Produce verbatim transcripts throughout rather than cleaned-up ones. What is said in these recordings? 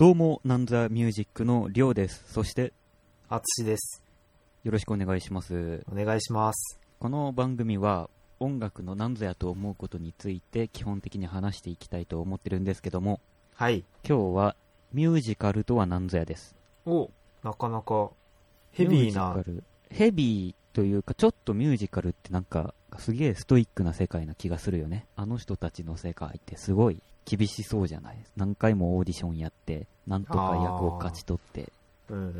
どうもナンザミュージックのりょうです。そしてあつしです。 よろしくお願いします。 お願いします。 この番組は音楽の何ぞやと思うことについて基本的に話していきたいと思ってるんですけども、 はい、 今日はミュージカルとは何ぞやです。 お、なかなかヘビーな。 ミュージカル、ヘビーというかちょっとミュージカルってなんかすげえストイックな世界な気がするよね。あの人たちの世界ってすごい厳しそうじゃない。何回もオーディションやってなんとか役を勝ち取って、 うんうんうん、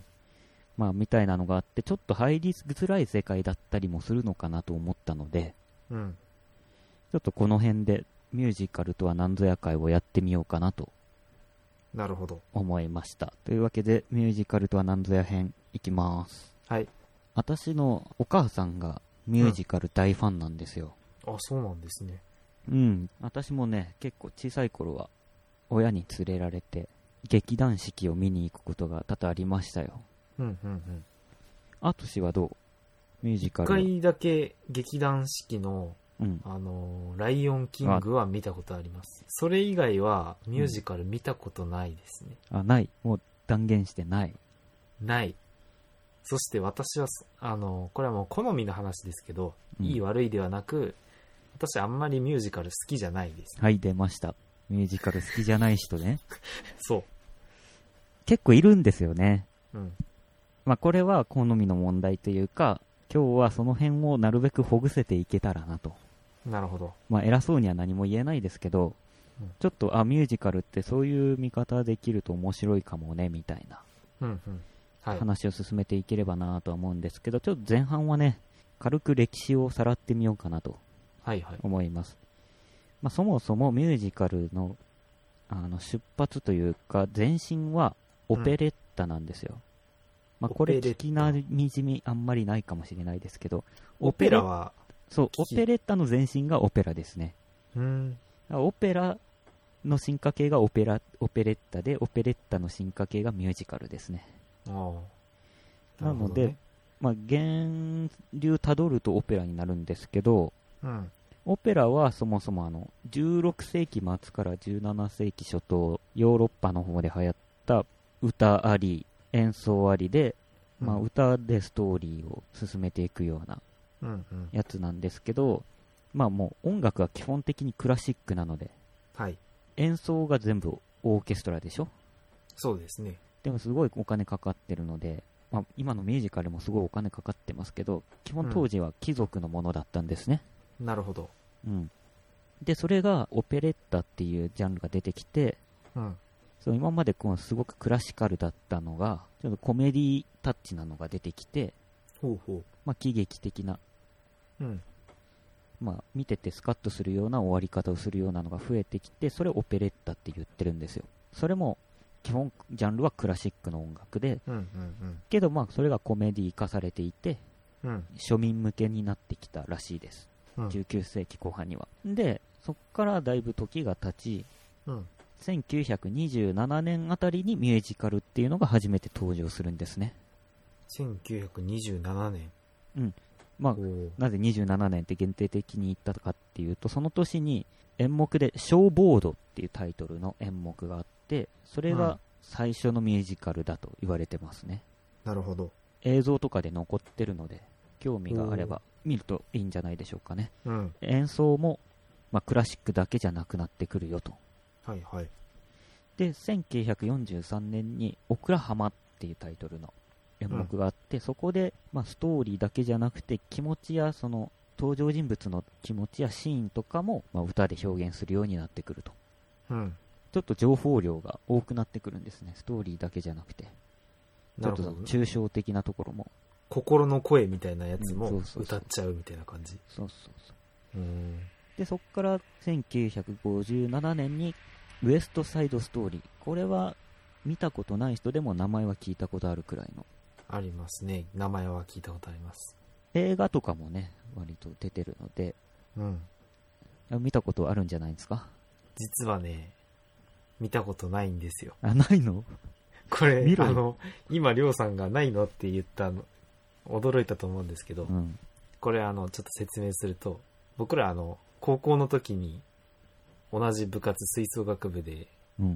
まあみたいなのがあって、ちょっと入りづらい世界だったりもするのかなと思ったので、 うん、 ちょっとこの辺でミュージカルとは何ぞや会をやってみようかなとなるほど思いました。というわけでミュージカルとは何ぞや編いきます。 はい。 私のお母さんがミュージカル大ファンなんですよ、 うん、あ、そうなんですね。 うん、私もね結構小さい頃は親に連れられて劇団四季を見に行くことが多々ありましたよ。 うんうんうん。 あとしはどう？ミュージカルは。 一回だけ劇団四季の、 うん、 あのー、ライオンキングは見たことあります。それ以外はミュージカル見たことないですね。 うん、あ、ない。もう断言してない。 ない。そして私は、あのー、これはもう好みの話ですけど、うん、いい悪いではなく、私あんまりミュージカル好きじゃないです、ね。 はい、出ました。ミュージカル好きじゃない人ね。 そう。 結構いるんですよね。 うん。 まあこれは好みの問題というか、今日はその辺をなるべくほぐせていけたらなと。 なるほど。 まあ偉そうには何も言えないですけど、うん、ちょっとあミュージカルってそういう見方できると面白いかもねみたいな、 うんうんはい、 話を進めていければなとは思うんですけど、ちょっと前半はね軽く歴史をさらってみようかなと思います。はいはいまあ、そもそもミュージカルの、あの出発というか前身はオペレッタなんですよ。うんまあ、これ聞きなじみあんまりないかもしれないですけど、 オペラはそうオペレッタの前身がオペラですね。 うんオペラの進化系がオペラオペレッタで、オペレッタの進化系がミュージカルですね。 ああ、 なので、ねまあ、源流たどるとオペラになるんですけど、 うん、 オペラはそもそもあのじゅうろくせいき末からじゅうななせいき初頭、ヨーロッパの方で流行った歌あり演奏ありで、うんまあ、歌でストーリーを進めていくようなやつなんですけど、うんうん、まあもう音楽は基本的にクラシックなので、 はい、 演奏が全部オーケストラでしょ。 そうですね。 でもすごいお金かかってるので、まあ、今のミュージカルもすごいお金かかってますけど、基本当時は貴族のものだったんですね。 うん、なるほど。 うん。で、それがオペレッタっていうジャンルが出てきて、 うん、 そう今までこうすごくクラシカルだったのが、ちょっとコメディタッチなのが出てきて、 ほうほうまあ、喜劇的な、 うんまあ、見ててスカッとするような終わり方をするようなのが増えてきて、それをオペレッタって言ってるんですよ。それも基本ジャンルはクラシックの音楽で、 うんうんうん、 けどまあそれがコメディ化されていて、 うん、 庶民向けになってきたらしいです、うん、じゅうきゅうせいきこう半には。でそこからだいぶ時が経ち、うん、せんきゅうひゃくにじゅうななねんあたりにミュージカルっていうのが初めて登場するんですね。 せんきゅうひゃくにじゅうななねん、 うんまあ、なぜにじゅうななねんって限定的に言ったかっていうと、その年に演目でショーボードっていうタイトルの演目があって、それが最初のミュージカルだと言われてますね。 うん、なるほど。 映像とかで残ってるので興味があれば見るといいんじゃないでしょうかね。 うん、 演奏も、まあ、クラシックだけじゃなくなってくるよと。 はいはい。 でせんきゅうひゃくよんじゅうさんねんにオクラハマっていうタイトルの演目があって、うん、そこで、まあ、ストーリーだけじゃなくて気持ちやその登場人物の気持ちやシーンとかも、まあ、歌で表現するようになってくると、 うん、 ちょっと情報量が多くなってくるんですね。ストーリーだけじゃなくてちょっと抽象的なところも、 心の声みたいなやつも歌っちゃうみたいな感じ。 そうそうそう。 うん、 でそこからせんきゅうひゃくごじゅうななねんにウエストサイドストーリー、これは見たことない人でも名前は聞いたことあるくらいの。 ありますね。名前は聞いたことあります。 映画とかもね割と出てるので、 うん、 見たことあるんじゃないですか。 実はね見たことないんですよ。 あ、ないの？ これ見ろあの今りょうさんがないのって言ったの驚いたと思うんですけど、うん、これあのちょっと説明すると、僕らあの高校の時に同じ部活吹奏楽部で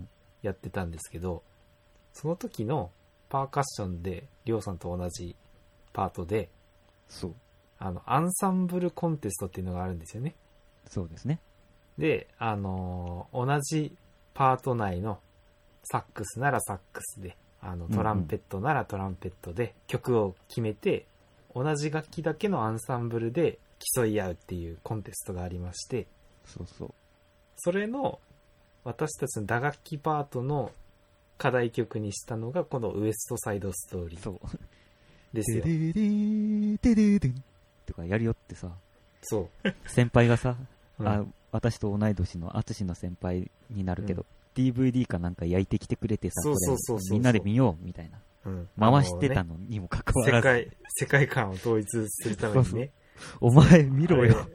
やってたんですけど、その時のパーカッションでりょうさんと同じパートで、 そうあのアンサンブルコンテストっていうのがあるんですよね。 そうですね。 で、あのー同じパート内のサックスならサックスで、あのトランペットならトランペットで曲を決めて、同じ楽器だけのアンサンブルで競い合うっていうコンテストがありまして、 そうそう。 それの私たちの打楽器パートの課題曲にしたのがこのウエストサイドストーリーですよ。 デデデデデデンとかやりよってさ、 そう先輩がさ、 うん、 あ私と同い年の淳の先輩になるけど、うん、ディーブイディー かなんか焼いてきてくれてさ、 そうそうそうそう、 みんなで見ようみたいな、うん、回してたのにもかかわらず、 ね、世界世界観を統一するためにね。そうそう、 お前見ろよ。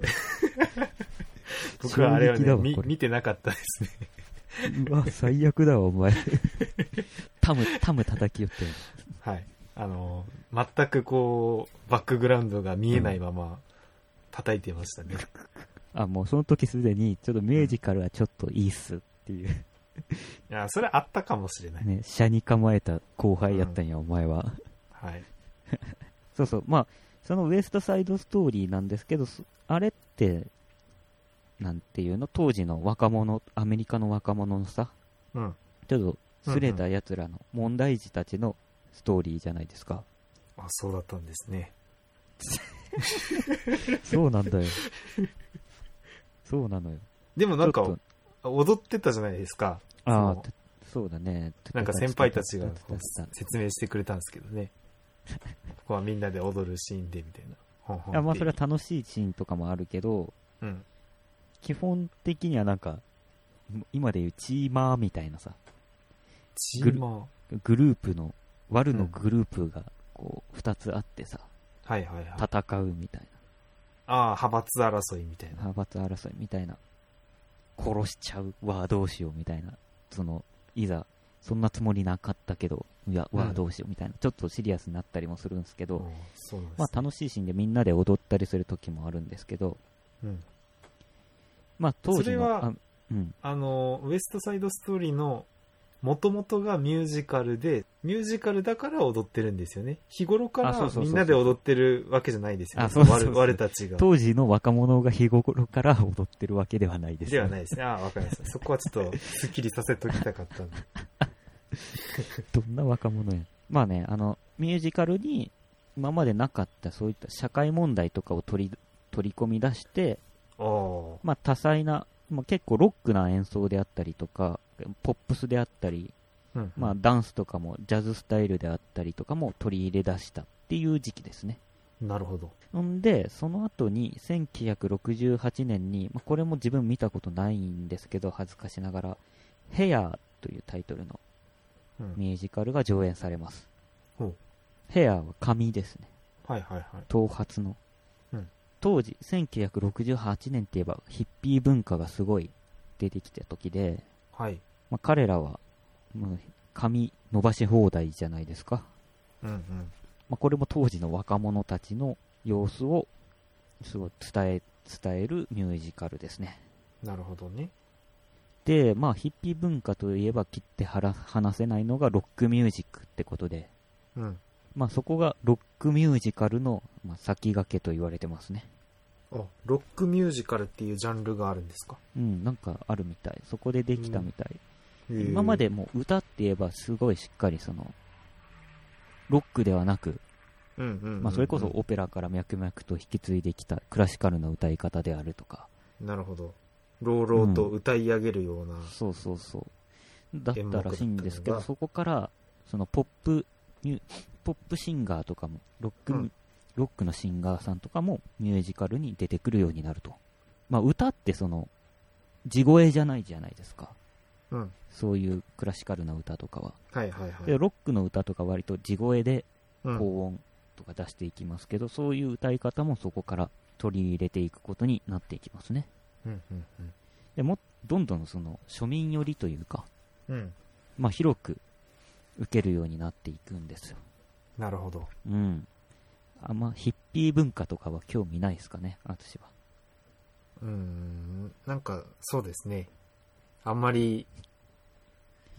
僕はあれはね、見、見てなかったですね。 うわ、最悪だわ、お前。タム、タム叩きよってる。 はい。あの、全くこう、バックグラウンドが見えないまま、叩いてましたね。 うん、あ、もうその時すでに、ちょっとミュージカルはちょっといいっすっていう。 いや、それあったかもしれない。 ね、車に構えた後輩やったんや、うん、お前は。 はい。 そうそう、まあ、そのウエストサイドストーリーなんですけど、あれって、なんていうの、当時の若者、アメリカの若者のさ、うん、ちょっとすれたやつらの問題児たちのストーリーじゃないですか。 あ、そうだったんですね。 そうなんだよ。そうなのよ。 でもなんか、踊ってたじゃないですか。 ああ、そうだね。 なんか先輩たちが説明してくれたんですけどね。ここはみんなで踊るシーンでみたいな。ほんほんいや、まあそれは楽しいシーンとかもあるけど、うん、基本的にはなんか今でいうチーマーみたいなさ、 チーマーグループの悪のグループがこうふたつあってさ、 うん、はいはいはい、 戦うみたいな、 ああ、派閥争いみたいな、 派閥争いみたいな、殺しちゃうわどうしようみたいな、そのいざそんなつもりなかったけど、いや、わどうしようみたいな、ちょっとシリアスになったりもするんですけど、うん、そうなんですね、まあ楽しいシーンでみんなで踊ったりする時もあるんですけど、うん、まあ当時のそれはあ、うん、あのウエストサイドストーリーの元々がミュージカルで、ミュージカルだから踊ってるんですよね。日頃からみんなで踊ってるわけじゃないですよね。 そうそうそうそう、 我たちが。 当時の若者が日頃から踊ってるわけではないです、ね。 ではないですね。ああ、わかりました。そこはちょっとスッキリさせときたかったんで。 どんな若者や。まあね、あの、ミュージカルに今までなかったそういった社会問題とかを取り、取り込み出して、まあ多彩な、まあ、結構ロックな演奏であったりとか、ポップスであったり、うんうん、まあダンスとかもジャズスタイルであったりとかも取り入れ出したっていう時期ですね。 なるほど。 んで、その後にせんきゅうひゃくろくじゅうはちねんに、まあ、これも自分見たことないんですけど、恥ずかしながら、ヘアというタイトルのミュージカルが上演されます。うん、ヘアは髪ですね。 はいはいはい。 頭髪の。うん、当時、せんきゅうひゃくろくじゅうはちねんって言えばヒッピー文化がすごい出てきた時で、はい、まあ、彼らは、まあ、髪伸ばし放題じゃないですか。うんうん、まあ、これも当時の若者たちの様子をすごい伝え、伝えるミュージカルですね。 なるほどね。 で、まあヒッピー文化といえば切って話せないのがロックミュージックってことで、うん、まあそこがロックミュージカルの、まあ、先駆けと言われてますね。 あ、ロックミュージカルっていうジャンルがあるんですか？ うん、なんかあるみたい。そこでできたみたい。うん、今までもう歌って言えばすごいしっかりそのロックではなく、まあそれこそオペラから脈々と引き継いできたクラシカルな歌い方であるとか。 なるほど。朗々と歌い上げるような、うん、 そうそうそうだったらしいんですけど、そこからそのポップポップシンガーとかもロック、うん、ロックのシンガーさんとかもミュージカルに出てくるようになると。まあ歌ってその地声じゃないじゃないですか、うん、そういうクラシカルな歌とかは、はいはいはい、でロックの歌とか割と地声で高音とか出していきますけど、うん、そういう歌い方もそこから取り入れていくことになっていきますね。うんうんうん、でもどんどんその庶民寄りというか、うん、まあ広く受けるようになっていくんですよ。 なるほど。 うん。あんまヒッピー文化とかは興味ないですかね、私は。 うーん、なんかそうですね。あんまり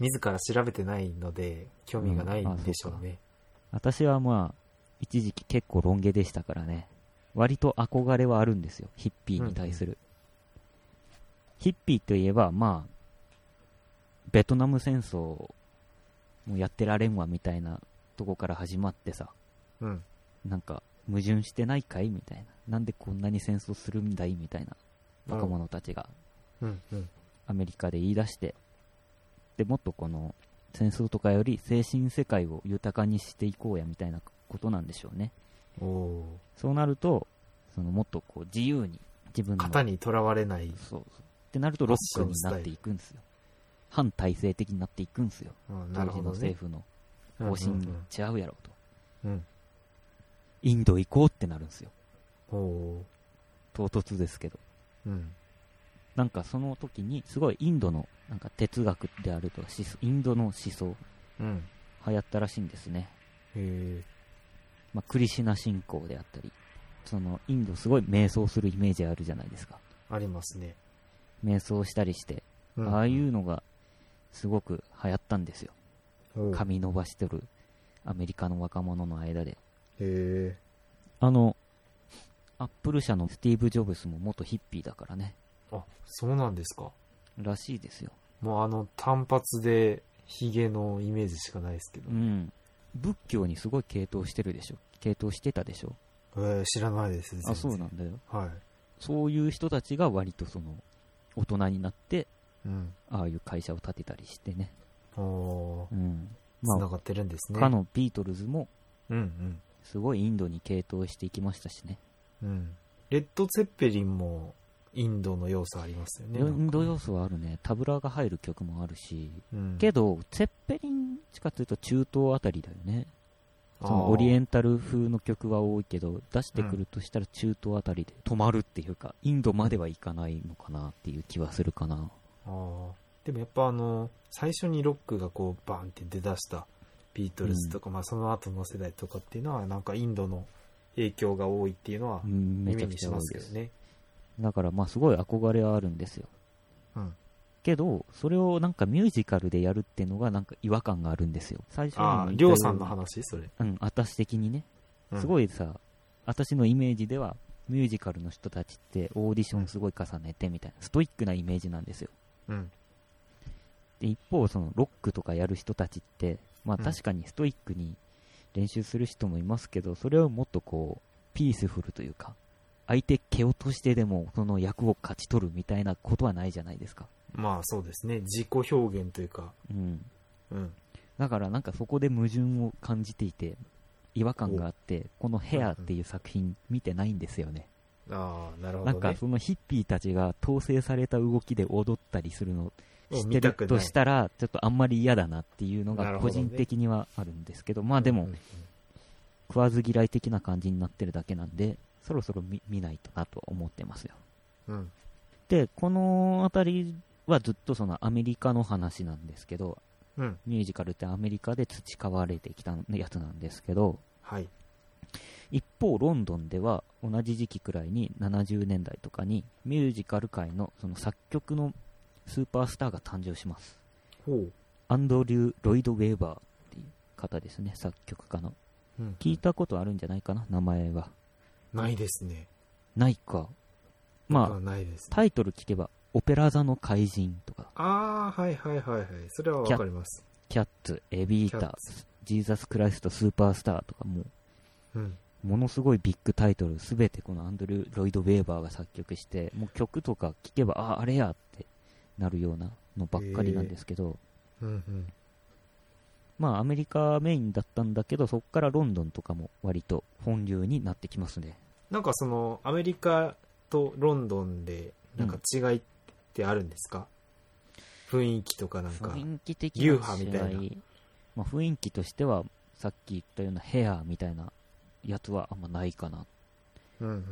自ら調べてないので興味がないんでしょうね、うん、 私はまあ一時期結構ロン毛でしたからね、割と憧れはあるんですよ、ヒッピーに対する、うんうん、ヒッピーといえばまあベトナム戦争もうやってられんわみたいなとこから始まってさ、うん、なんか矛盾してないかいみたいな、なんでこんなに戦争するんだいみたいな若者たちがアメリカで言い出して、でもっとこの戦争とかより精神世界を豊かにしていこうやみたいなことなんでしょうね。おそうなるとそのもっとこう自由に自分の型にとらわれない、そうそうってなるとロックになっていくんですよ。反体制的になっていくんですよ、当時の政府の方針違うやろうと、うんうんうん、インド行こうってなるんですよ。お唐突ですけど、うん、なんかその時にすごいインドのなんか哲学であるとかインドの思想、うん、流行ったらしいんですね。へー、まあ、クリシュナ信仰であったり、そのインドすごい瞑想するイメージあるじゃないですか。 ありますね。 瞑想したりして、うん、ああいうのがすごく流行ったんですよ。髪伸ばしてるアメリカの若者の間で。へー、あのアップル社のスティーブ・ジョブスも元ヒッピーだからね。 あ、そうなんですか。 らしいですよ。 もうあの単発でヒゲのイメージしかないですけど、 うん、仏教にすごい傾倒してるでしょ。傾倒してたでしょ。 えー、知らないです全然。 あ、そうなんだよ。 はい。 そういう人たちが割とその大人になって、うん、ああいう会社を建てたりしてね。おー、うん、まあ、繋がってるんですね。 かのビートルズも、うんうん、すごいインドに傾倒していきましたしね。 うん、レッド・ツェッペリンもインドの要素ありますよね。 インド要素はあるね。タブラが入る曲もあるし、うん、けどツェッペリンしかというと中東あたりだよね。そのオリエンタル風の曲は多いけど出してくるとしたら中東あたりで止まるっていうか、インドまではいかないのかなっていう気はするかな。 あでもやっぱあの最初にロックがこうバーンって出だしたビートルズとか、うん、まあその後の世代とかっていうのはなんかインドの影響が多いっていうのは耳にしますけどね。 だからまあすごい憧れはあるんですよ、うん、けどそれをなんかミュージカルでやるっていうのがなんか違和感があるんですよ。最初にああ、りょうさんの話それ。 うん、私的にね、すごいさ、うん、私のイメージではミュージカルの人たちってオーディションすごい重ねてみたいなストイックなイメージなんですよ、うん、で一方そのロックとかやる人たちってまあ確かにストイックに練習する人もいますけど、それをもっとこうピースフルというか相手蹴落としてでもその役を勝ち取るみたいなことはないじゃないですか。 まあそうですね、自己表現というか、うんうん、だからなんかそこで矛盾を感じていて違和感があって、このヘアっていう作品見てないんですよね。 ああ、なるほどね。 なんかそのヒッピーたちが統制された動きで踊ったりするの知ってるとしたらちょっとあんまり嫌だなっていうのが個人的にはあるんですけど、どね、まあでも、うんうんうん、食わず嫌い的な感じになってるだけなんでそろそろ 見, 見ないとなと思ってますよ、うん、でこのあたりはずっとそのアメリカの話なんですけど、うん、ミュージカルってアメリカで培われてきたやつなんですけど、はい、一方ロンドンでは同じ時期くらいにななじゅうねんだいとかにミュージカル界のその作曲のスーパースターが誕生します。ほう。アンドリュー・ロイド・ウェーバーっていう方ですね、作曲家の、うん、聞いたことあるんじゃないかな、名前は。 ないですね。 ないか。まあ、ないですね、タイトル聞けばオペラ座の怪人とか。 ああ、はいはいはいはい。それはわかります。 キャッツ、エビーター、ジーザス・クライスト・スーパースターとかも、うん、ものすごいビッグタイトルすべてこのアンドリュー・ロイド・ウェーバーが作曲して、もう曲とか聞けばあああれやってなるようなのばっかりなんですけど、うんうん、まあアメリカメインだったんだけど、そこからロンドンとかも割と本流になってきますね。 なんかそのアメリカとロンドンでなんか違いってあるんですか、うん、雰囲気とかなんか雰囲気的な違い、流派みたいな、まあ、雰囲気としてはさっき言ったようなヘアみたいなやつはあんまないかな、 うんうんうん、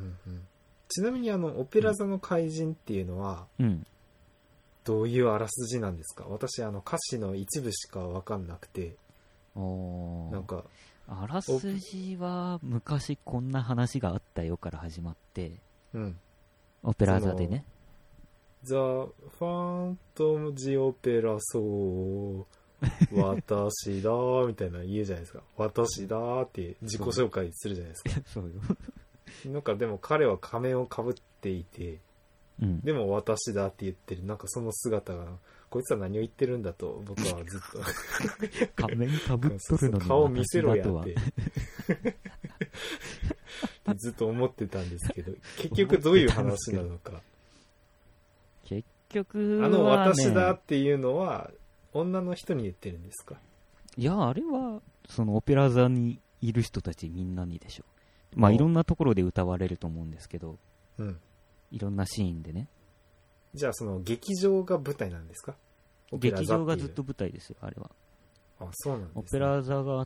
ちなみにあのオペラ座の怪人っていうのは、うん、どういうあらすじなんですか？私あの歌詞の一部しか分かんなくて。 おなんかあらすじは昔こんな話があったよから始まって、うん、オペラ座でね、 ザ・ファントム・ジ・オペラ・ソー私だーみたいな言うじゃないですか。私だーって自己紹介するじゃないですか。 そうよ。 なんかでも彼は仮面をかぶっていて、 うん、 でも私だって言ってる、なんかその姿が、こいつは何を言ってるんだと僕はずっと。仮面かぶっとるのに顔見せろやって。ずっと思ってたんですけど、結局どういう話なのか。 結局は、ね、 あの私だっていうのは女の人に言ってるんですか？ いや、あれはそのオペラ座にいる人たちみんなにでしょ。まあいろんなところで歌われると思うんですけど、うん、いろんなシーンでね。 じゃあその劇場が舞台なんですか？ 劇場がずっと舞台ですよ、あれは。 あ、そうなんですね。 オペラ座があって、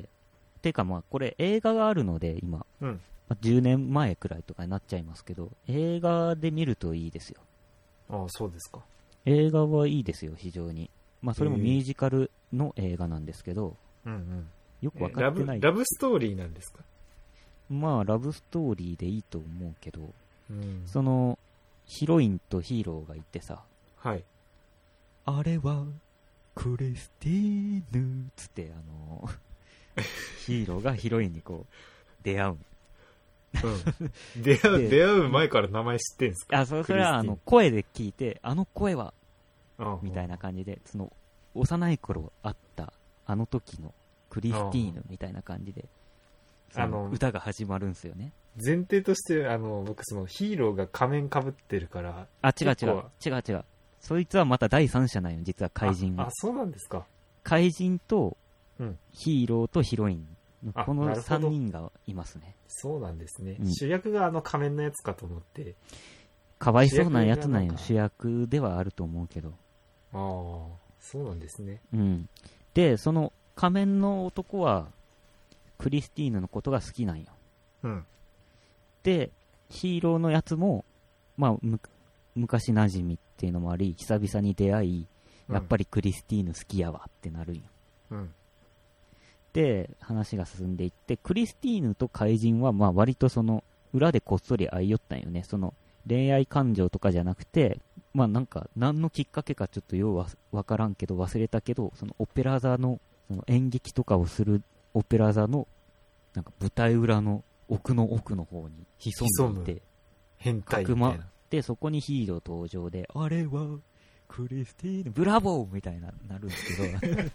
てかまあこれ映画があるので今、うん、まあ、じゅうねんまえくらいとかになっちゃいますけど、映画で見るといいですよ。 ああ、そうですか。 映画はいいですよ、非常に。まあそれもミュージカルの映画なんですけど、うんうん、よくわかってない。 ラブ、ラブストーリーなんですか？ まあラブストーリーでいいと思うけど、うん、そのヒロインとヒーローがいてさ、はい、あれはクリスティーヌつってあのヒーローがヒロインにこう出会う。 うん、出会う出会う前から名前知ってんすか？ あ、それそれはあの声で聞いて、あの声はみたいな感じで、その幼い頃あったあの時のクリスティーヌみたいな感じで、あの歌が始まるんですよね。 前提としてあの僕そのヒーローが仮面かぶってるから、 あ、違う違う違う違う、そいつはまた第三者なんよ、実は怪人は。 あ、あ、そうなんですか。 怪人とヒーローとヒロイン、このさんにんがいますね。 そうなんですね、うん、主役があの仮面のやつかと思って。 かわいそうなやつなんよ、主役ではあると思うけど。 ああ、そうなんですね。 うん。で、その仮面の男はクリスティーヌのことが好きなんよ。うん。で、ヒーローのやつも、まあ、む昔馴染みっていうのもあり、久々に出会い、やっぱりクリスティーヌ好きやわってなるんよ。うん。で、話が進んでいって、クリスティーヌと怪人は、まあ割とその、裏でこっそり会いよったんよね。その、恋愛感情とかじゃなくて、まあなんか、何のきっかけかちょっとようわ、わからんけど、忘れたけど、そのオペラ座の、その演劇とかをするオペラ座の、なんか舞台裏の奥の奥の方に潜んでいて、 変態みたいな。 で、そこにヒーロー登場で、あれは、クリスティーヌ、ブラボーみたいな、なるんですけど。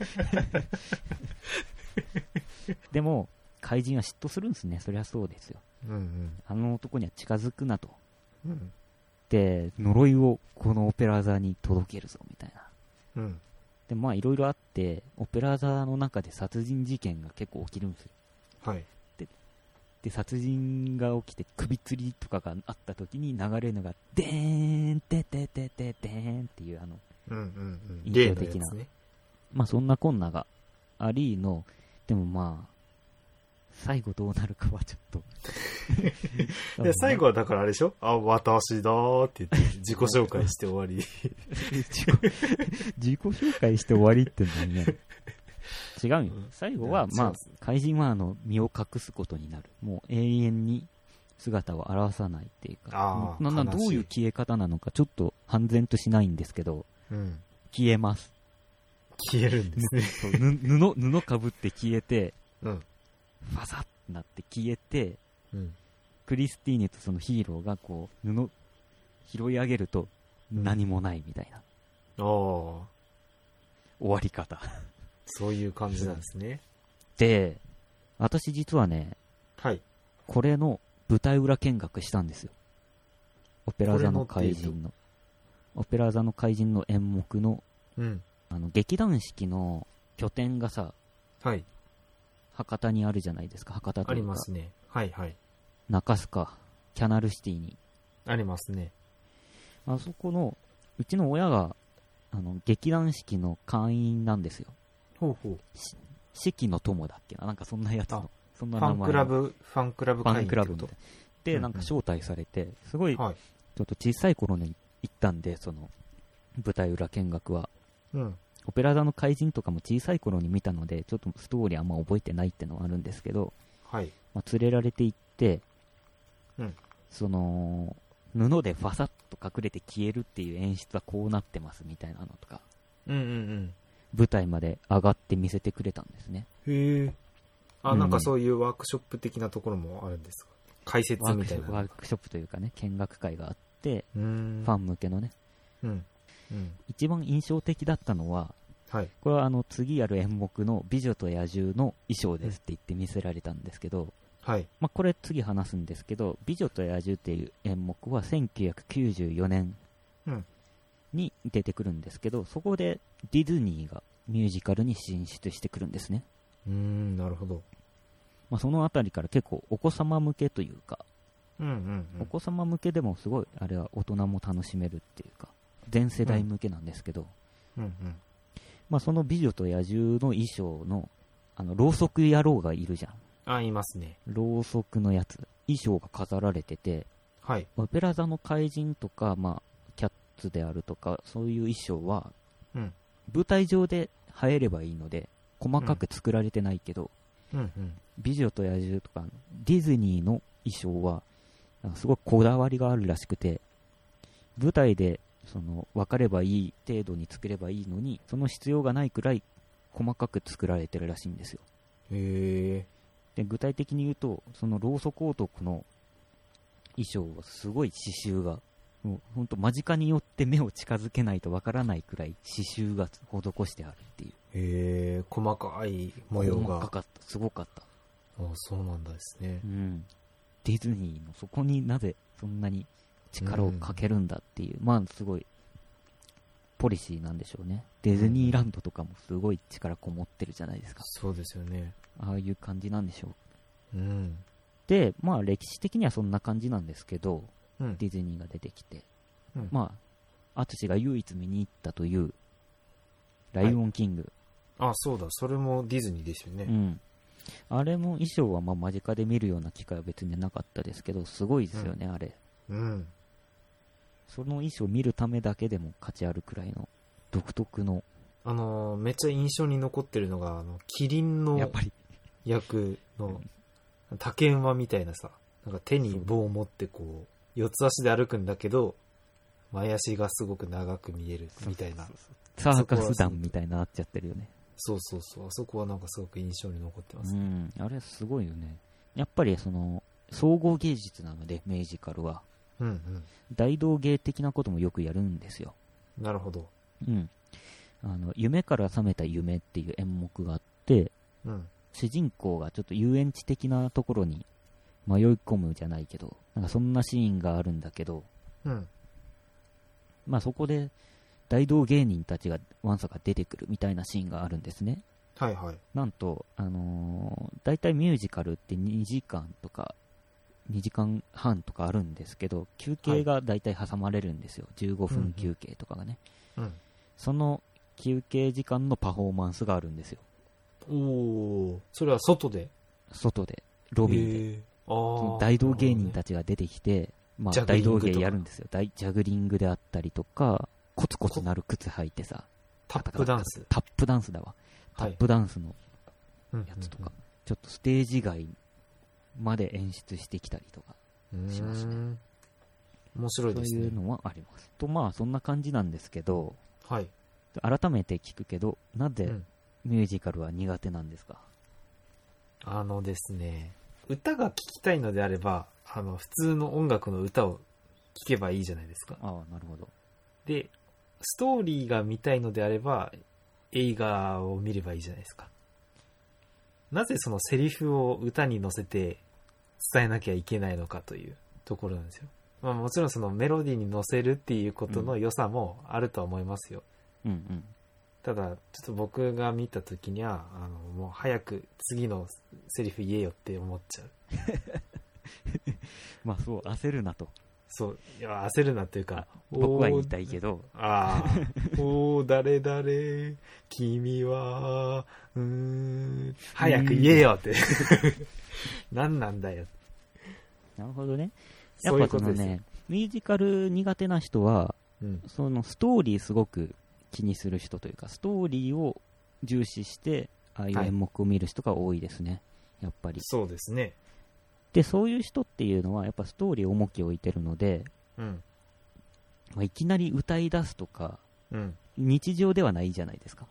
でも、怪人は嫉妬するんですね。そりゃそうですよ。うんうん、あの男には近づくなと。うん、で、呪いをこのオペラ座に届けるぞ、みたいな。うん、で、まあ、いろいろあって、オペラ座の中で殺人事件が結構起きるんですよ。はい。で、で殺人が起きて首吊りとかがあった時に流れるのが、でーん、てててててーんっていう、あの、うんうんうん、印象的な。ね、まあ、そんなこんながありの、でもまあ、最後どうなるかはちょっと。いや、最後はだからあれでしょ？あ、私だーって言って自己紹介して終わり。 自己、自己紹介して終わりって何やろ。違うよ。最後は、まあ、怪人はあの身を隠すことになる。もう永遠に姿を現さないっていうか、ななどういう消え方なのかちょっと判然としないんですけど、うん、消えます。 消えるんですね。 そう布、布かぶって消えて、うん、ファサッってなって消えて、うん、クリスティーネとそのヒーローがこう布拾い上げると何もないみたいな、うん、終わり方。 そういう感じなんですね。 で、私実はね、はい、これの舞台裏見学したんですよ。オペラ座の怪人のオペラ座の怪人の演目の、うん、あの劇団四季の拠点がさ、はい、博多にあるじゃないですか。博多とかありますね。はいはい。 中須賀キャナルシティにありますね。 あそこのうちの親があの劇団四季の会員なんですよ。ほうほう。四季の友だっけな、なんかそんなやつの、そんな名前。 ファンクラブファンクラブ会員ってこと。ファンクラブみたいなで、うんうん、なんか招待されて、すごい、はい、ちょっと小さい頃に行ったんで、その舞台裏見学は。うん。オペラ座の怪人とかも小さい頃に見たので、ちょっとストーリーあんま覚えてないってのはあるんですけど、はい。まあ、連れられて行って、うん。その、布でファサッと隠れて消えるっていう演出はこうなってますみたいなのとか。うんうんうん。 舞台まで上がって見せてくれたんですね。 へえ。あ、なんかそういうワークショップ的なところもあるんですか？解説みたいな。 ワークショップというかね、見学会があって、 うーんファン向けのね。 うんうん、一番印象的だったのは、はい、これはあの次ある演目の美女と野獣の衣装ですって言って見せられたんですけど、はい、まあ、これ次話すんですけど、美女と野獣っていう演目はせんきゅうひゃくきゅうじゅうよねんに出てくるんですけど、そこでディズニーがミュージカルに進出してくるんですね。 うーん、なるほど。 まあ、そのあたりから結構お子様向けというか、 うんうんうん、 お子様向けでもすごいあれは大人も楽しめるっていうか全世代向けなんですけど、 うんうんうん、 まあ、その美女と野獣の衣装のあのろうそく野郎がいるじゃん。 あ、いますね。 ろうそくのやつ、衣装が飾られてて、はい、オペラ座の怪人とか、まあ、キャッツであるとかそういう衣装は、うん、舞台上で映えればいいので細かく作られてないけど、うんうんうん、美女と野獣とかディズニーの衣装はすごいこだわりがあるらしくて、舞台でその分かればいい程度に作ればいいのにその必要がないくらい細かく作られてるらしいんですよ。 へー。で具体的に言うと、そのろうそく男の衣装はすごい刺繍がもうほんと間近に寄って目を近づけないと分からないくらい刺繍が施してあるっていう。 へー、細かい模様が。 細かかった、すごかった。 あ、そうなんですね。 うん。ディズニーのそこになぜそんなに力をかけるんだっていう、うん、まあすごいポリシーなんでしょうね。ディズニーランドとかもすごい力こもってるじゃないですか。 そうですよね。 ああいう感じなんでしょう。うん。 で、まあ歴史的にはそんな感じなんですけど、うん、ディズニーが出てきて、うん、まあ淳が唯一見に行ったというライオンキング。 はい、あ、そうだ、それもディズニーですよね。 うん。あれも衣装はまあ間近で見るような機会は別になかったですけど、すごいですよね、うん、あれ。 うん。 その衣装を見るためだけでも価値あるくらいの独特の。 あのー、めっちゃ印象に残ってるのが、あの、キリンの役の竹馬みたいなさ、なんか手に棒を持ってこう、四つ足で歩くんだけど、前足がすごく長く見えるみたいな。そうそうそう、サーカス団みたいになっちゃってるよね。 そうそうそう、あそこはなんかすごく印象に残ってます、 ね。うん、あれすごいよね。やっぱりその総合芸術なのでミュージカルは、 うんうん、 大道芸的なこともよくやるんですよ。 なるほど。 うん。あの夢から覚めた夢っていう演目があって、うん、主人公がちょっと遊園地的なところに迷い込むじゃないけど、なんかそんなシーンがあるんだけど、 うん、 まあそこで大道芸人たちがわんさか出てくるみたいなシーンがあるんですね。 はいはい。 なんと、あのー、大体ミュージカルってにじかんとかにじかんはんとかあるんですけど、休憩が大体挟まれるんですよ。はい、じゅうごふん休憩とかがね、 うんうん。その休憩時間のパフォーマンスがあるんですよ。 おー、それは外で？ 外で、ロビーで。あー、大道芸人たちが出てきて、まあ大道芸やるんですよ。ジャグリングであったりとか、コツコツなる靴履いてさ、 タップダンスタップダンスだわ。タップダンスのやつとか、はい、ちょっとステージ外まで演出してきたりとかしますね。 面白いですね。 そういうのはあります。と、まあそんな感じなんですけど、 はい。 改めて聞くけど、なぜミュージカルは苦手なんですか？ うん、あのですね、歌が聴きたいのであれば、あの普通の音楽の歌を聴けばいいじゃないですか。 ああ、なるほど。 で、ストーリーが見たいのであれば映画を見ればいいじゃないですか。なぜそのセリフを歌に乗せて伝えなきゃいけないのかというところなんですよ。まあ、もちろんそのメロディーに乗せるっていうことの良さもあるとは思いますよ。 うんうん、 ただちょっと僕が見た時にはあのもう早く次のセリフ言えよって思っちゃう。 まあそう焦るなと。 そう、いや焦るなっていうか、 僕は言いたいけど、 ああ、おー誰々君はうーん早く言えよって何なんだよ。 なるほどね。やっぱそのね、ミュージカル苦手な人は、うん、そのストーリーすごく気にする人というか、ストーリーを重視してああいう演目を見る人が多いですね、はい、やっぱり。 そうですね。 でそういう人っていうのはやっぱストーリーを重きを置いてるので、 うんまあ、いきなり歌い出すとか、 うん、 日常ではないじゃないですか。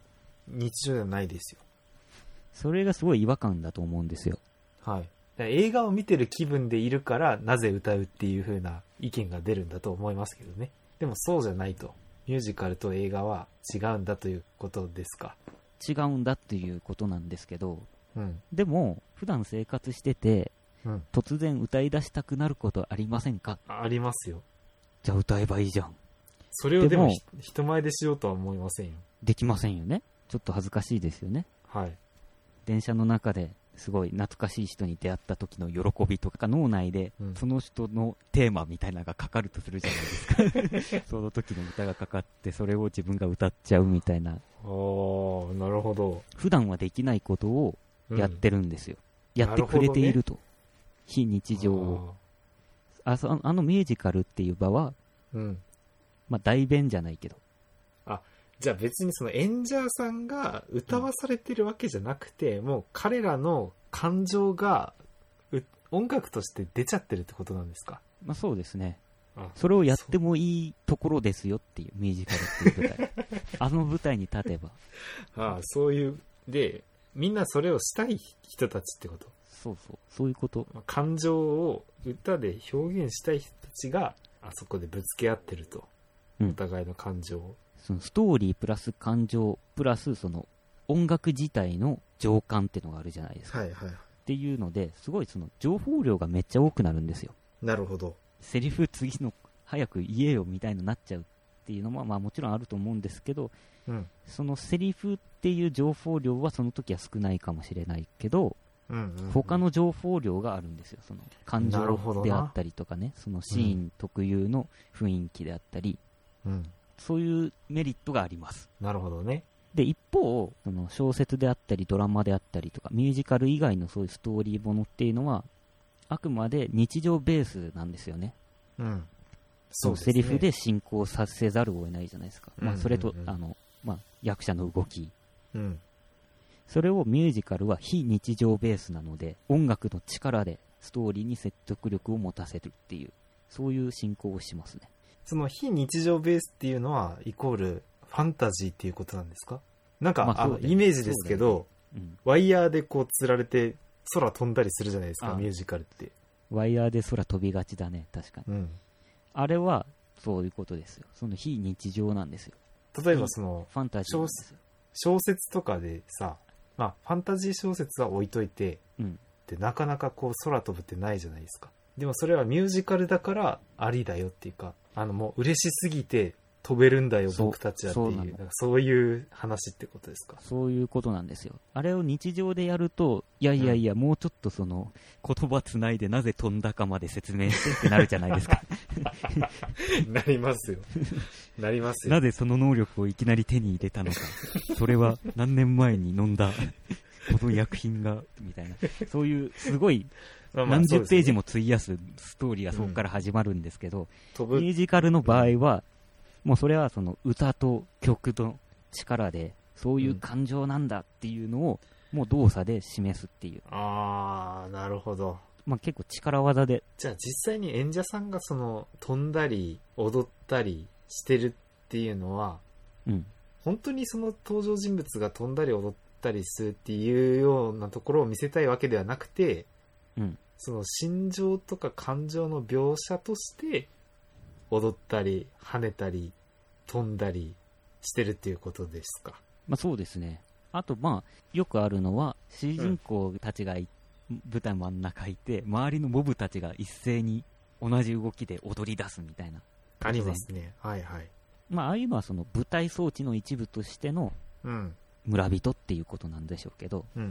日常ではないですよ。 それがすごい違和感だと思うんですよ。 はい。映画を見てる気分でいるからなぜ歌うっていう風な意見が出るんだと思いますけどね。でもそうじゃないと。ミュージカルと映画は違うんだということですか。 違うんだっていうことなんですけど、 うん、 でも普段生活してて、 うん、 突然歌い出したくなることありませんか？ ありますよ。 じゃあ歌えばいいじゃん。 それをでも人前でしようとは思いませんよ。 できませんよね。ちょっと恥ずかしいですよね。 はい。 電車の中ですごい懐かしい人に出会った時の喜びとか脳内でその人のテーマみたいなのがかかるとするじゃないですかその時の歌がかかってそれを自分が歌っちゃうみたいな。 ああ、なるほど。 普段はできないことをやってるんですよ、うん、やってくれていると、ね、非日常を。 あ, そあのミュージカルっていう場は、 うん、 まあ代弁じゃないけど、 あ、じゃあ別にその演者さんが歌わされてるわけじゃなくて、うん、もう彼らの感情が音楽として出ちゃってるってことなんですか？ まあそうですね。あ、それをやってもいいところですよっていうミュージカルっていう舞台あの舞台に立てば、 ああ、そういうでみんなそれをしたい人たちってこと？ そうそう、そういうこと。 感情を歌で表現したい人たちがあそこでぶつけ合ってると、うん、お互いの感情を、 そのストーリープラス感情プラスその音楽自体の情感っていうのがあるじゃないですか、 はいはい、 っていうのですごいその情報量がめっちゃ多くなるんですよ。 なるほど。 セリフ次の早く言えよみたいになっちゃうっていうのもまあもちろんあると思うんですけど、うん、そのセリフっていう情報量はその時は少ないかもしれないけど、うんうんうん、他の情報量があるんですよ。その感情であったりとかね、そのシーン特有の雰囲気であったり、うん、そういうメリットがあります。 なるほどね。 で一方その小説であったりドラマであったりとかミュージカル以外のそういうストーリーものっていうのはあくまで日常ベースなんですよね。うん、そうですね。セリフで進行させざるを得ないじゃないですか。まあ、それと、うんうんうん、あのまあ、役者の動き、うん、それをミュージカルは非日常ベースなので音楽の力でストーリーに説得力を持たせるっていうそういう進行をしますね。 その非日常ベースっていうのはイコールファンタジーっていうことなんですか？なんか、まあ、あのイメージですけど、ね、うん、ワイヤーでこう吊られて空飛んだりするじゃないですか、ミュージカルって。 ワイヤーで空飛びがちだね、確かに、うん、あれはそういうことですよ。その非日常なんですよ。 例えばそのファンタジーなんですよ。 小説とかでさ、まあ、ファンタジー小説は置いといて、うん、でなかなかこう空飛ぶってないじゃないですか。でもそれはミュージカルだからありだよっていうか、あのもう嬉しすぎて飛べるんだよ僕たちはっていう、そう、なんかそういう話ってことですか？ そういうことなんですよ。あれを日常でやると、いやいやいや、うん、もうちょっとその言葉つないでなぜ飛んだかまで説明してってなるじゃないですかなりますよなりますよ。 なぜその能力をいきなり手に入れたのかそれは何年前に飲んだこの薬品がみたいな、そういうすごい何十ページも費やすストーリーがそこから始まるんですけど、うん、ミュージカルの場合は、もうそれはその歌と曲の力でそういう感情なんだっていうのをもう動作で示すっていう、 うん、ああ、なるほど。 まあ結構力技で。 じゃあ実際に演者さんがその飛んだり踊ったりしてるっていうのは、うん、本当にその登場人物が飛んだり踊ったりするっていうようなところを見せたいわけではなくて、うん、その心情とか感情の描写として踊ったり跳ねたり飛んだりしてるっていうことですか？ まあそうですね。あとまあよくあるのは主人公たちが、うん、舞台真ん中いて周りのモブたちが一斉に同じ動きで踊り出すみたいな。 ありますね。はいはい。 まあああいうのはその舞台装置の一部としての村人っていうことなんでしょうけど、うんうんうん、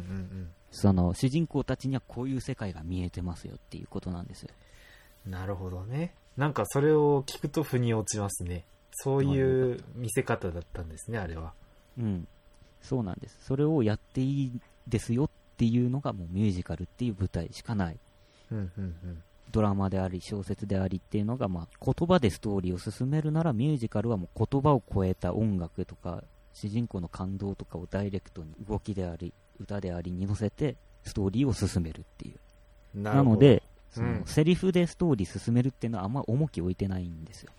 その主人公たちにはこういう世界が見えてますよっていうことなんですよ。 なるほどね。なんかそれを聞くと腑に落ちますね。そういう見せ方だったんですね、あれは。 うん、そうなんです。それをやっていいですよっていうのがもうミュージカルっていう舞台しかない、うんうんうん、ドラマであり小説でありっていうのが、まあ言葉でストーリーを進めるならミュージカルはもう言葉を超えた音楽とか主人公の感動とかをダイレクトに動きであり歌でありに乗せてストーリーを進めるっていう。なのでその、うん、セリフでストーリー進めるっていうのはあんま重きを置いてないんですよ。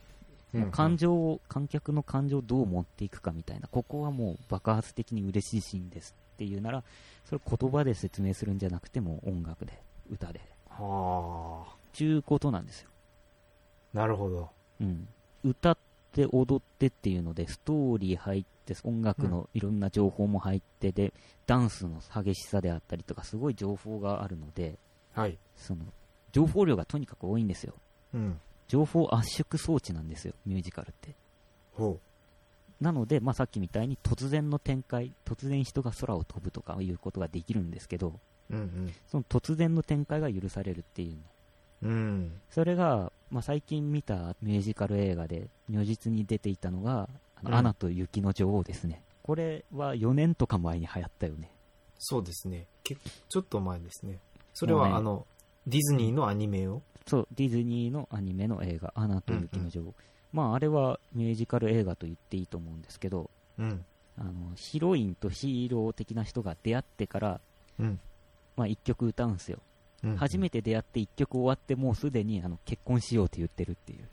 うんうん、感情を、観客の感情をどう持っていくかみたいな、ここはもう爆発的に嬉しいシーンですっていうなら、それ言葉で説明するんじゃなくても音楽で、歌で。はあ。ちゅうことなんですよ。 なるほど。 うん。歌って踊ってっていうので、ストーリー入って、音楽のいろんな情報も入ってで、うん、ダンスの激しさであったりとか、すごい情報があるので、はい。その、情報量がとにかく多いんですよ。うん。情報圧縮装置なんですよ、ミュージカルって。ほう。なので、まあ、さっきみたいに突然の展開、突然人が空を飛ぶとかいうことができるんですけど、うんうん、その突然の展開が許されるっていうの。うん、それが、まあ、最近見たミュージカル映画で如実に出ていたのが、あの、うん、アナと雪の女王ですね。これはよねんとか前に流行ったよね。 そうですね。けちょっと前ですね。それは、ね、あの、ディズニーのアニメをそう、ディズニーのアニメの映画、アナと雪の女王。うんうん、まあ、あれはミュージカル映画と言っていいと思うんですけど、うん、あのヒロインとヒーロー的な人が出会ってから、うん、まあ、一曲歌うんですよ。うんうん、初めて出会って一曲終わってもうすでにあの結婚しようって言ってるっていう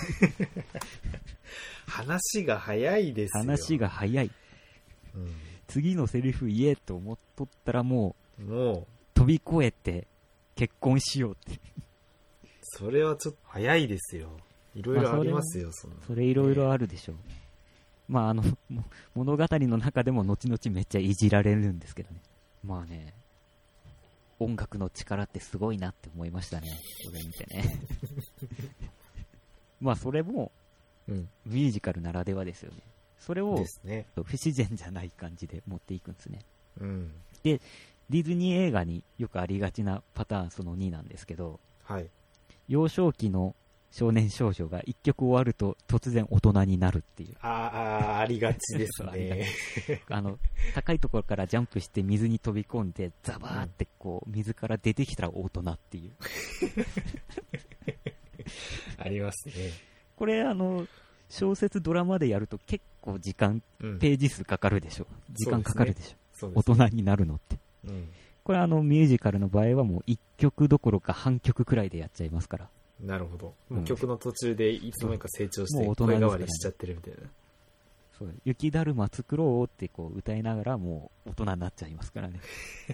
話が早いですよ。 話が早い、うん、次のセリフ言えと思っとったらもうもう飛び越えて結婚しようってそれはちょっと早いですよ。いろいろありますよ。まあ、 そ, それいろいろあるでしょう。まああの物語の中でも後々めっちゃいじられるんですけどね。まあね、音楽の力ってすごいなって思いましたね、これ見てねまあそれも、うん、ミュージカルならではですよね。それを、ね、不自然じゃない感じで持っていくんですね、うん、でディズニー映画によくありがちなパターンそのになんですけど、はい、幼少期の少年少女が一曲終わると突然大人になるっていう。 ああ、ありがちですねあの高いところからジャンプして水に飛び込んでザバーってこう水から出てきたら大人っていうありますね。 これあの小説ドラマでやると結構時間、うん、ページ数かかるでしょ。時間かかるでしょ、ね、大人になるのって、うん、これあのミュージカルの場合はもういっきょくどころか半曲くらいでやっちゃいますから。 なるほど。もう曲の途中でいつの間にか成長して声変わりしちゃってるみたいな。 そう、雪だるま作ろうってこう歌いながらもう大人になっちゃいますからね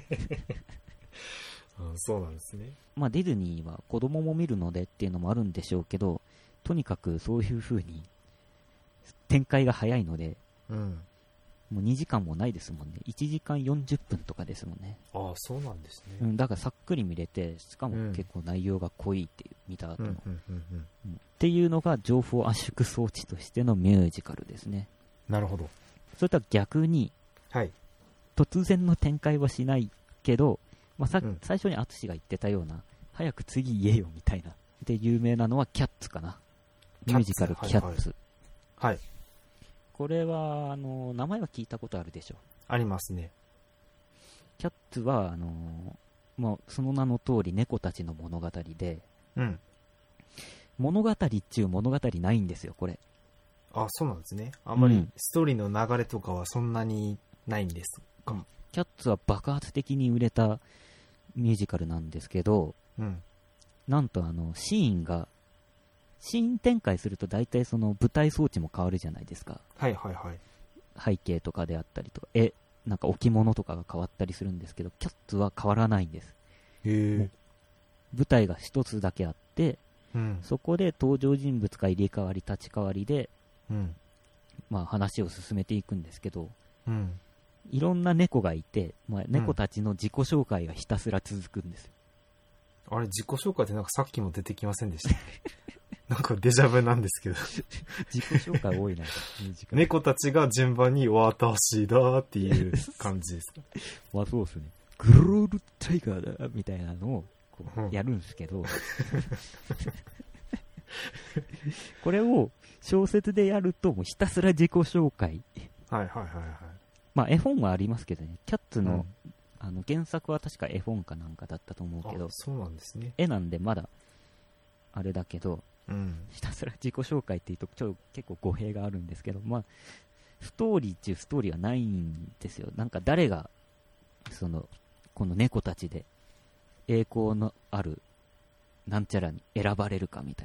あ、そうなんですね。 まあディズニーは子供も見るのでっていうのもあるんでしょうけど、とにかくそういう風に展開が早いので、うん、もうにじかんもないですもんね。いちじかんよんじゅっぷんとかですもんね。 ああ、そうなんですね。 うん、だからさっくり見れて、しかも結構内容が濃いっていう、見た後の、うんうんうんうんうん、っていうのが情報圧縮装置としてのミュージカルですね。 なるほど。 それとは逆に、はい、突然の展開はしないけど、まあさうん、最初に淳が言ってたような早く次言えよみたいなで有名なのはキャッツかな。ミュージカルキャッツ。はい、はいはい、これはあの名前は聞いたことあるでしょ。 ありますね。 キャッツはあの、まあ、その名の通り猫たちの物語で、うん、物語っちゅう物語ないんですよこれ。 あ、そうなんですね。あんまりストーリーの流れとかはそんなにないんですか。うん、 キャッツは爆発的に売れたミュージカルなんですけど、うん、なんとあのシーンがシーン展開すると大体その舞台装置も変わるじゃないですか。 はいはいはい。 背景とかであったりとか、え、なんか置物とかが変わったりするんですけど、キャッツは変わらないんです。へー。舞台が一つだけあって、うん、そこで登場人物が入れ替わり立ち替わりで、うん、まあ話を進めていくんですけど、うん、いろんな猫がいて、まあ、猫たちの自己紹介がひたすら続くんですよ。 うん、あれ自己紹介ってなんかさっきも出てきませんでしたなんかデジャブなんですけど自己紹介多いな猫たちが順番に私だっていう感じですかまあそうですね。グロールタイガーだみたいなのをこうやるんですけど、うん、これを小説でやるともうひたすら自己紹介。 はいはいはいはい。 まあ絵本はありますけどね。キャッツの、うん、あの原作は確か絵本かなんかだったと思うけど、 そうなんですね。 絵なんでまだあれだけど、うん、ひたすら自己紹介っていうとちょっと結構語弊があるんですけど、まあストーリーっていうストーリーはないんですよ。なんか誰がそのこの猫たちで栄光のあるなんちゃらに選ばれるかみたいな、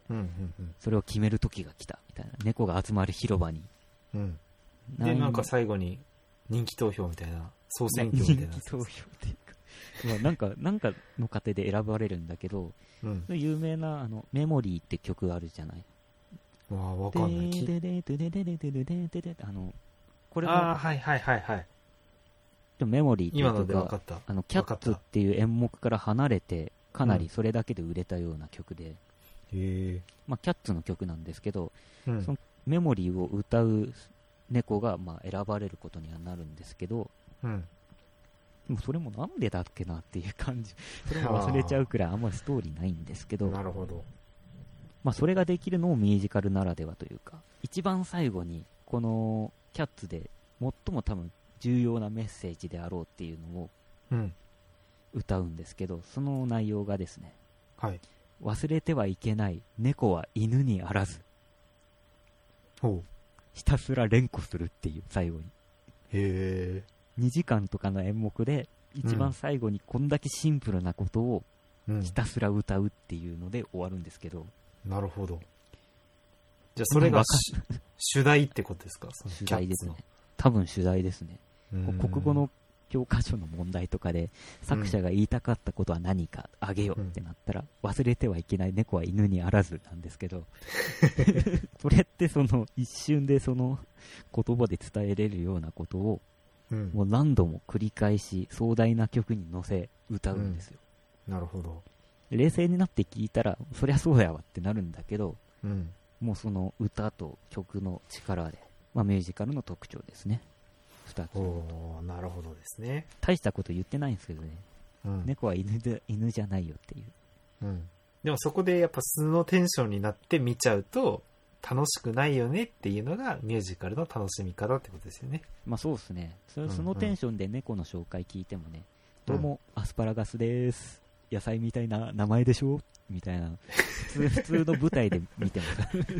うんうんうん、 それを決める時が来たみたいな、猫が集まる広場に、 うん、でなんか最後に人気投票みたいな、総選挙みたいな、 人気投票っていうかまあなんかなんかの過程で選ばれるんだけど、うん、有名なあのメモリーって曲あるじゃない。 わあ、わかんない。 でででででででででであのこれもああはいはいはいはい。 でもメモリーっていう今ので分かった。 あのキャッツっていう演目から離れてかなりそれだけで売れたような曲で、 うん、へまあキャッツの曲なんですけど、 うん、 そのメモリーを歌う猫がまあ選ばれることにはなるんですけど、 うん、 でもそれもなんでだっけなっていう感じ、それも忘れちゃうくらいあんまりストーリーないんですけど、 なるほど。 まあそれができるのもミュージカルならではというか、一番最後にこのキャッツで最も多分重要なメッセージであろうっていうのを歌うんですけど、その内容がですね、 はい、 忘れてはいけない猫は犬にあらず、 ほう、 ひたすら連呼するっていう最後に。 へー。 にじかんとかの演目で一番最後にこんだけシンプルなことをひたすら歌うっていうので終わるんですけど、 うん、なるほど。じゃあそれが主題ってことですか？その主題ですね。多分主題ですね。国語の教科書の問題とかで作者が言いたかったことは何かあげようってなったら、うん、忘れてはいけない猫は犬にあらずなんですけどそれってその一瞬でその言葉で伝えれるようなことを、うん、もう何度も繰り返し壮大な曲に乗せ歌うんですよ、 うん、なるほど。 冷静になって聞いたらそりゃそうやわってなるんだけど、 うん、 もうその歌と曲の力で、まあ、ミュージカルの特徴ですね。ふたつ。 おー、なるほどですね。 大したこと言ってないんですけどね、うん、猫は 犬, で犬じゃないよっていう、 うん、でもそこでやっぱ素のテンションになって見ちゃうと楽しくないよねっていうのがミュージカルの楽しみ方ってことですよね。 まあそうですね。その、そのテンションで猫の紹介聞いてもね、うん、どうもアスパラガスです、野菜みたいな名前でしょみたいな普通、普通の舞台で見ても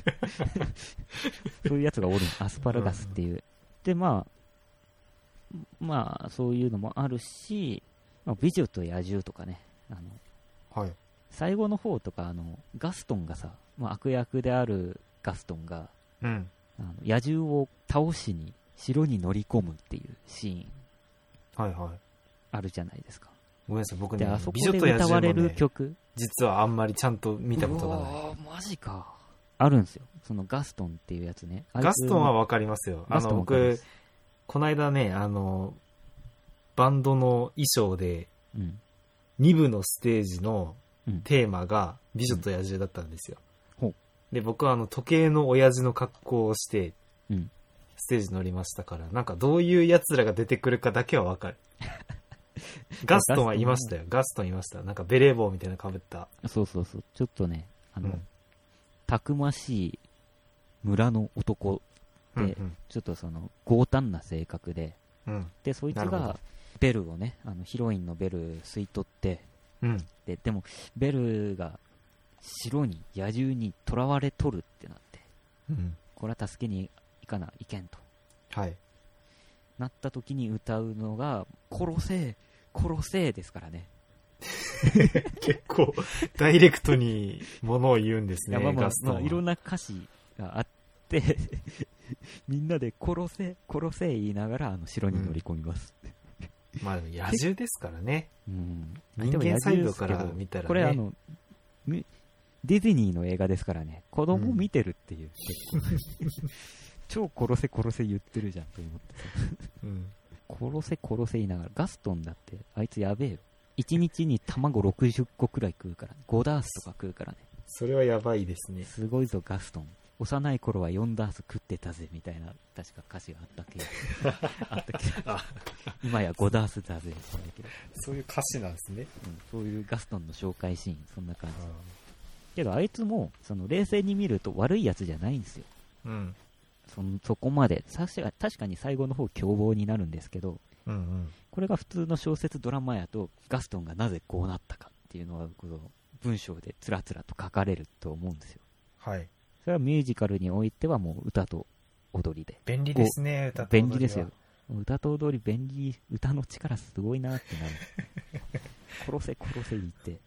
そういうやつがおる、アスパラガスっていう、うん、でまあまあそういうのもあるし、まあ、美女と野獣とかね、あの、 はい、 最後の方とかあのガストンがさ、まあ、悪役であるガストンが、 うん、 あの野獣を倒しに城に乗り込むっていうシーン、はいはい、 あるじゃないですか。 ごめんなさい、僕ね、 あそこで歌われる曲、ね、 実はあんまりちゃんと見たことがない。 あマジか。あるんですよ、そのガストンっていうやつね。 ガストンはわかりますよ。あの僕この間ね、あのバンドの衣装で、うん、に部のステージのテーマが美女と野獣だったんですよ、 うん、 で僕はあの時計の親父の格好をして、 うん、 ステージ乗りましたから、なんかどういうやつらが出てくるかだけはわかるガストンはいましたよ。ガストンいました。なんかベレー帽みたいな被った。 そうそうそう。ちょっとね、あの、うん、たくましい村の男で、うんうん、ちょっとその強胆な性格で、 うん、 でそいつがベルをね、あのヒロインのベル吸い取って、 うん、 ででもベルが城に野獣に囚われとるってなって、 うん、 これは助けに行かないけんと、 はい、 なった時に歌うのが殺せ殺せですからね結構ダイレクトにものを言うんですね。 いや、まあまあ、 ガストンは、 まあ、いろんな歌詞があってみんなで殺せ殺せ言いながらあの城に乗り込みます、 うん、まあでも野獣ですからね、 うん、 人間サイドから見たらね、 これあのディズニーの映画ですからね、子供見てるっていう、うん、超殺せ殺せ言ってるじゃんと思ってさ、 うん、 殺せ殺せ言いながら、ガストンだってあいつやべえよ、いちにちに卵ろくじゅっこくらい食うから、ね、ごダースとか食うからね。 それはやばいですね。 すごいぞガストン、幼い頃はよんダース食ってたぜみたいな確か歌詞があったっけあったっけ今やごダースだぜそうだけど、 そういう歌詞なんですね、 うん、そういうガストンの紹介シーン、そんな感じけど、あいつもその冷静に見ると悪いやつじゃないんですよ、 うん、 そ, そこまで確か確かに最後の方凶暴になるんですけど、 うんうん、 これが普通の小説ドラマやとガストンがなぜこうなったかっていうのはこの文章でつらつらと書かれると思うんですよ。 はい。 それはミュージカルにおいてはもう歌と踊りで便利ですね。歌と踊りは便利ですよ。歌と踊り便利、歌の力すごいなってなる殺せ殺せ言って、 う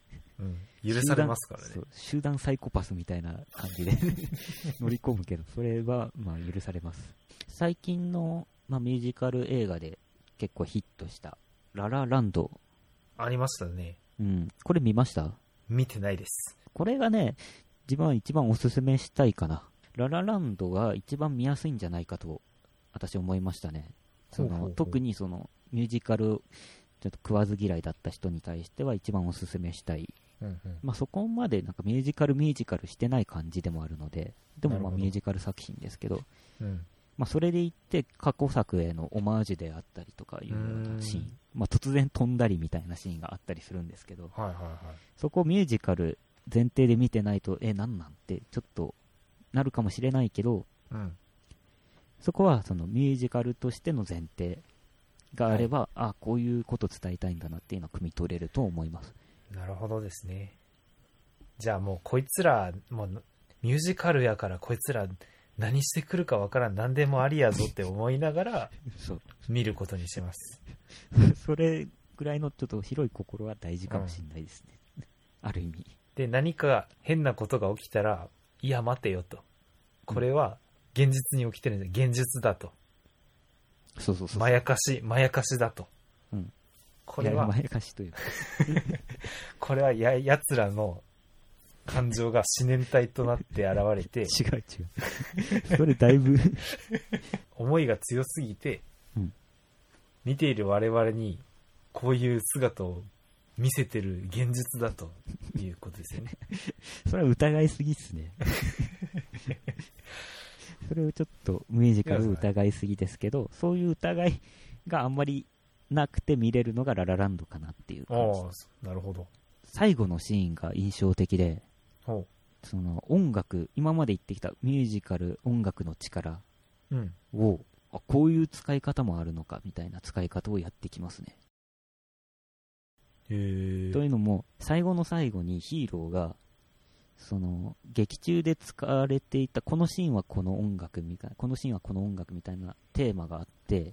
うん、許されますからね。 集団、集団サイコパスみたいな感じで乗り込むけど、それはまあ許されます。最近の、まあ、ミュージカル映画で結構ヒットしたララランドありましたね。 うん、これ見ました？ 見てないです。 これがね、自分は一番おすすめしたいかな。ララランドが一番見やすいんじゃないかと私思いましたね。そのほうほうほう、特にそのミュージカルちょっと食わず嫌いだった人に対しては一番おすすめしたい、うんうん、まあ、そこまでなんかミュージカルミュージカルしてない感じでもあるので、でもまあミュージカル作品ですけど、うん、まあ、それでいって過去作へのオマージュであったりとかいうようなシーン、まあ、突然飛んだりみたいなシーンがあったりするんですけど、はいはいはい、そこをミュージカル前提で見てないとえなんなんてちょっとなるかもしれないけど、うん、そこはそのミュージカルとしての前提があれば、はい、あこういうこと伝えたいんだなっていうのは汲み取れると思います。 なるほどですね。じゃあもうこいつらもうミュージカルやからこいつら何してくるかわからん、何でもありやぞって思いながらそう見ることにします。 それぐらいのちょっと広い心は大事かもしれないですね、うん、ある意味で、何か変なことが起きたらいや待てよと、これは現実に起きてるんじゃない、現実だと、 そうそうそう、 まやかしまやかしだと、うん、これはまやかしというかこれはややつらの感情が思念体となって現れて違う違うそれだいぶ思いが強すぎて、うん、見ている我々にこういう姿を見せてる現実だということですよねそれは疑いすぎっすねそれをちょっとミュージカル疑いすぎですけど、そういう疑いがあんまりなくて見れるのがララランドかなっていう感じ。 ああ、なるほど。 最後のシーンが印象的で、その音楽、今まで言ってきたミュージカル音楽の力を、うん、あこういう使い方もあるのかみたいな使い方をやってきますね。へー。というのも最後の最後にヒーローがその劇中で使われていたこのシーンはこの音楽みたいな、このシーンはこの音楽みたいなテーマがあって、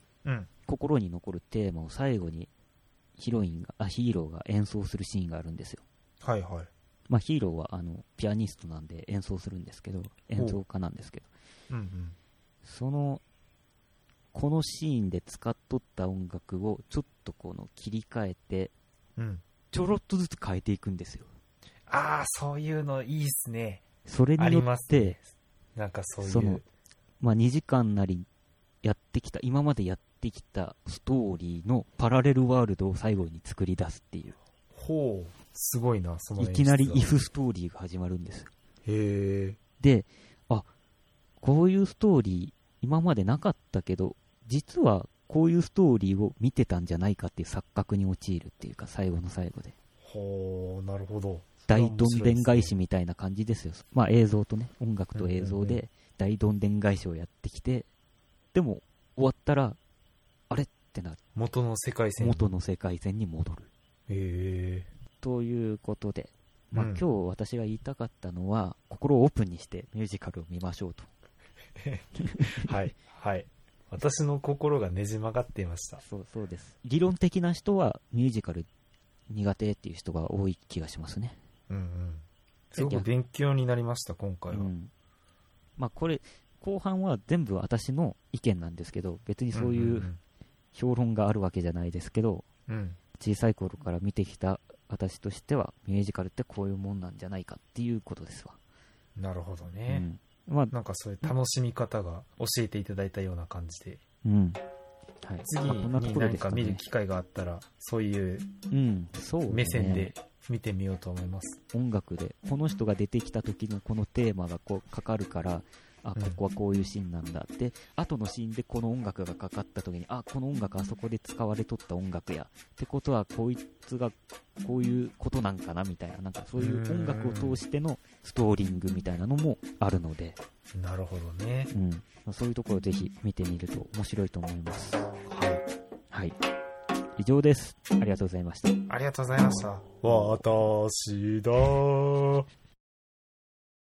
うん、心に残るテーマを最後にヒロインがあヒーローが演奏するシーンがあるんですよ。 はいはい。 まあ、ヒーローはあのピアニストなんで演奏するんですけど、演奏家なんですけど、うんうん、そのこのシーンで使っとった音楽をちょっとこの切り替えて、うん、ちょろっとずつ変えていくんですよ。 ああ、そういうのいいっすね。 それによって、ね、 なんかそういうその、まあ、にじかんなりやってきた今までやってきたストーリーのパラレルワールドを最後に作り出すっていう。 ほう、すごいな、そのいきなりイフストーリーが始まるんです。 へえ。 で、あ、こういうストーリー今までなかったけど、実はこういうストーリーを見てたんじゃないかっていう錯覚に陥るっていうか、最後の最後で。 ほう、なるほど。 大どんでん返しみたいな感じですよ。まあ映像とね、音楽と映像で大どんでん返しをやってきて、でも終わったらあれってなる。 元の世界線。 元の世界線に戻る。 へー。ということで、まあ、うん、今日私が言いたかったのは心をオープンにしてミュージカルを見ましょうと。 はいはい。私の心がねじ曲がっていました。 そうそうです。理論的な人はミュージカル苦手っていう人が多い気がしますね。 うんうん。すごく勉強になりました今回は。うん、 まあこれ後半は全部私の意見なんですけど、別にそういう評論があるわけじゃないですけど、うん、小さい頃から見てきた私としてはミュージカルってこういうもんなんじゃないかっていうことですわ。 なるほどね。うん、まあなんかそういう楽しみ方が教えていただいたような感じで。うん。はい、次に何か見る機会があったらそういう目線で見てみようと思います。 音楽でこの人が出てきた時のこのテーマがこうかかるから、あ、ここはこういうシーンなんだって、うん、後のシーンでこの音楽がかかった時に、あ、この音楽あそこで使われとった音楽やってことはこいつがこういうことなんかなみたいな、なんかそういう音楽を通してのストーリングみたいなのもあるので。 なるほどね。 うん、そういうところをぜひ見てみると面白いと思います。はい。以上です。ありがとうございました。 ありがとうございました。私だー。